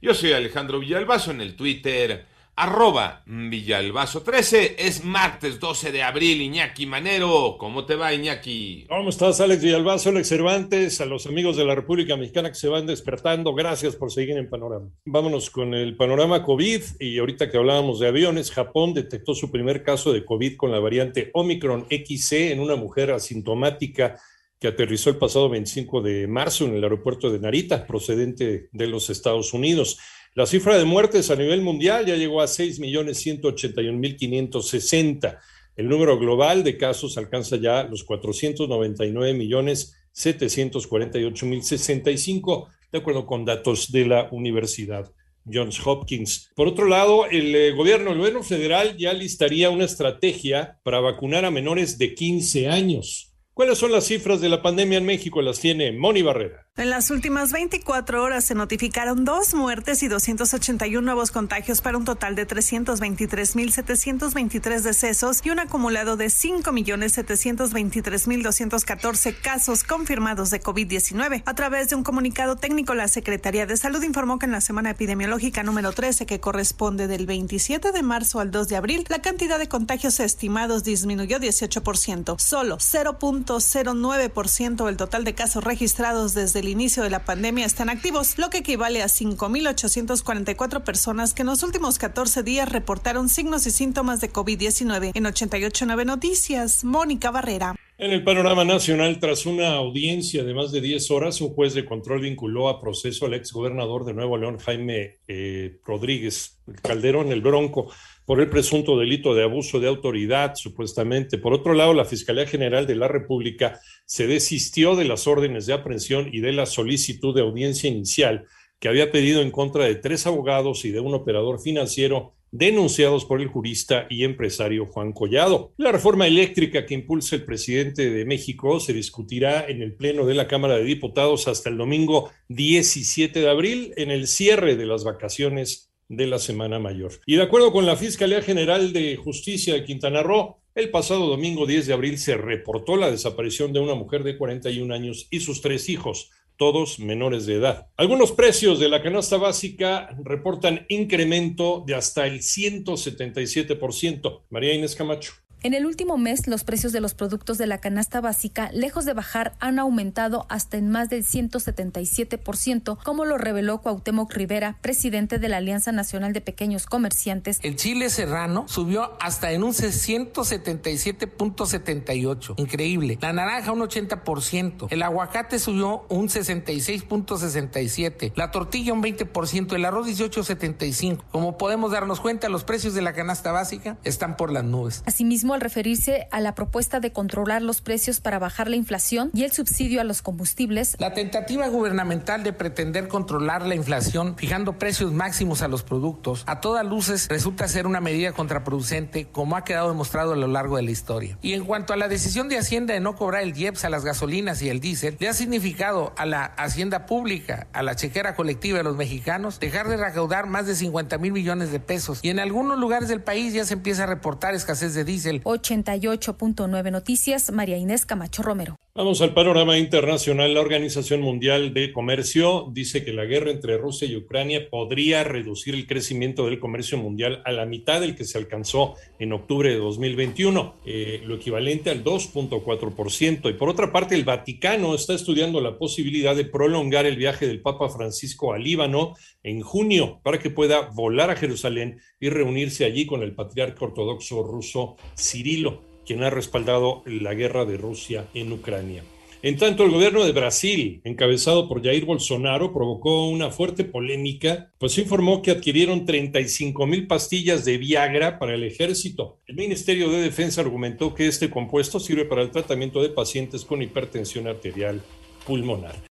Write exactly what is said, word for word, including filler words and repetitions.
Yo soy Alejandro Villalbazo en el Twitter, arroba Villalbazo trece. Es martes doce de abril, Iñaki Manero. ¿Cómo te va, Iñaki? ¿Cómo estás, Alex Villalbazo, Alex Cervantes? A los amigos de la República Mexicana que se van despertando, gracias por seguir en Panorama. Vámonos con el panorama COVID, y ahorita que hablábamos de aviones, Japón detectó su primer caso de COVID con la variante Omicron X C en una mujer asintomática que aterrizó el pasado veinticinco de marzo en el aeropuerto de Narita, procedente de los Estados Unidos. La cifra de muertes a nivel mundial ya llegó a seis millones ciento ochenta y un mil quinientos sesenta. El número global de casos alcanza ya los cuatrocientos noventa y nueve millones setecientos cuarenta y ocho mil sesenta y cinco, de acuerdo con datos de la Universidad Johns Hopkins. Por otro lado, el eh, gobierno, el gobierno federal ya listaría una estrategia para vacunar a menores de quince años. ¿Cuáles son las cifras de la pandemia en México? Las tiene Moni Barrera. En las últimas veinticuatro horas se notificaron dos muertes y doscientos ochenta y uno nuevos contagios para un total de trescientos veintitrés mil setecientos veintitrés decesos y un acumulado de cinco millones setecientos veintitrés mil doscientos catorce casos confirmados de COVID diecinueve. A través de un comunicado técnico, la Secretaría de Salud informó que en la semana epidemiológica número trece, que corresponde del veintisiete de marzo al dos de abril, la cantidad de contagios estimados disminuyó dieciocho por ciento. Solo cero punto cero nueve por ciento del total de casos registrados desde el inicio de la pandemia están activos, lo que equivale a cinco mil ochocientos cuarenta y cuatro personas que en los últimos catorce días reportaron signos y síntomas de COVID diecinueve. En ochenta y ocho punto nueve Noticias, Mónica Barrera. En el panorama nacional, tras una audiencia de más de diez horas, un juez de control vinculó a proceso al exgobernador de Nuevo León, Jaime eh, Rodríguez Calderón, el Bronco, por el presunto delito de abuso de autoridad, supuestamente. Por otro lado, la Fiscalía General de la República se desistió de las órdenes de aprehensión y de la solicitud de audiencia inicial que había pedido en contra de tres abogados y de un operador financiero denunciados por el jurista y empresario Juan Collado. La reforma eléctrica que impulsa el presidente de México se discutirá en el Pleno de la Cámara de Diputados hasta el domingo diecisiete de abril, en el cierre de las vacaciones de la Semana Mayor. Y de acuerdo con la Fiscalía General de Justicia de Quintana Roo, el pasado domingo diez de abril se reportó la desaparición de una mujer de cuarenta y un años y sus tres hijos, todos menores de edad. Algunos precios de la canasta básica reportan incremento de hasta el ciento setenta y siete por ciento. María Inés Camacho. En el último mes, los precios de los productos de la canasta básica, lejos de bajar, han aumentado hasta en más del ciento setenta y siete por ciento, como lo reveló Cuauhtémoc Rivera, presidente de la Alianza Nacional de Pequeños Comerciantes. El chile serrano subió hasta en un ciento setenta y siete punto setenta y ocho. Increíble. La naranja un ochenta por ciento. El aguacate subió un sesenta y seis punto sesenta y siete. La tortilla un veinte por ciento. El arroz dieciocho punto setenta y cinco. Como podemos darnos cuenta, los precios de la canasta básica están por las nubes. Asimismo, al referirse a la propuesta de controlar los precios para bajar la inflación y el subsidio a los combustibles, la tentativa gubernamental de pretender controlar la inflación fijando precios máximos a los productos, a todas luces resulta ser una medida contraproducente, como ha quedado demostrado a lo largo de la historia. Y en cuanto a la decisión de Hacienda de no cobrar el I E P S a las gasolinas y el diésel, le ha significado a la Hacienda Pública, a la chequera colectiva de los mexicanos, dejar de recaudar más de cincuenta mil millones de pesos. Y en algunos lugares del país ya se empieza a reportar escasez de diésel. ochenta y ocho punto nueve Noticias, María Inés Camacho Romero. Vamos al panorama internacional. La Organización Mundial de Comercio dice que la guerra entre Rusia y Ucrania podría reducir el crecimiento del comercio mundial a la mitad del que se alcanzó en octubre de dos mil veintiuno, eh, lo equivalente al dos punto cuatro por ciento. Y por otra parte, el Vaticano está estudiando la posibilidad de prolongar el viaje del Papa Francisco a Líbano en junio para que pueda volar a Jerusalén y reunirse allí con el patriarca ortodoxo ruso Cirilo, quien ha respaldado la guerra de Rusia en Ucrania. En tanto, el gobierno de Brasil, encabezado por Jair Bolsonaro, provocó una fuerte polémica, pues informó que adquirieron treinta y cinco mil pastillas de Viagra para el ejército. El Ministerio de Defensa argumentó que este compuesto sirve para el tratamiento de pacientes con hipertensión arterial pulmonar.